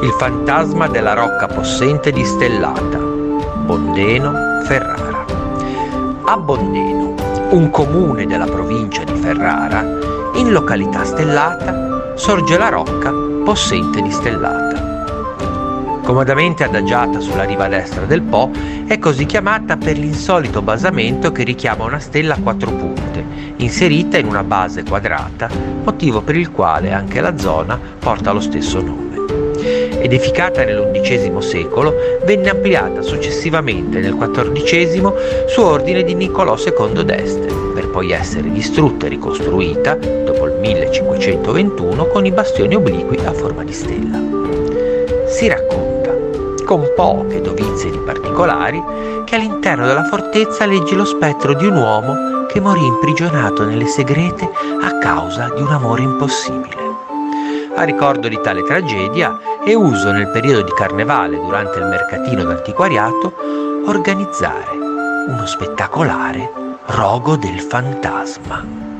Il fantasma della rocca possente di Stellata, Bondeno, Ferrara. A Bondeno, un comune della provincia di Ferrara, in località Stellata, sorge la rocca possente di Stellata. Comodamente adagiata sulla riva destra del Po, è così chiamata per l'insolito basamento che richiama una stella a 4 punte, inserita in una base quadrata, motivo per il quale anche la zona porta lo stesso nome. Edificata nell'XI secolo, venne ampliata successivamente nel XIV su ordine di Niccolò II d'Este, per poi essere distrutta e ricostruita dopo il 1521 con i bastioni obliqui a forma di stella. Si racconta, con poche dovizie di particolari, che all'interno della fortezza leggi lo spettro di un uomo che morì imprigionato nelle segrete a causa di un amore impossibile. A ricordo di tale tragedia è uso nel periodo di carnevale, durante il mercatino d'antiquariato, organizzare uno spettacolare rogo del fantasma.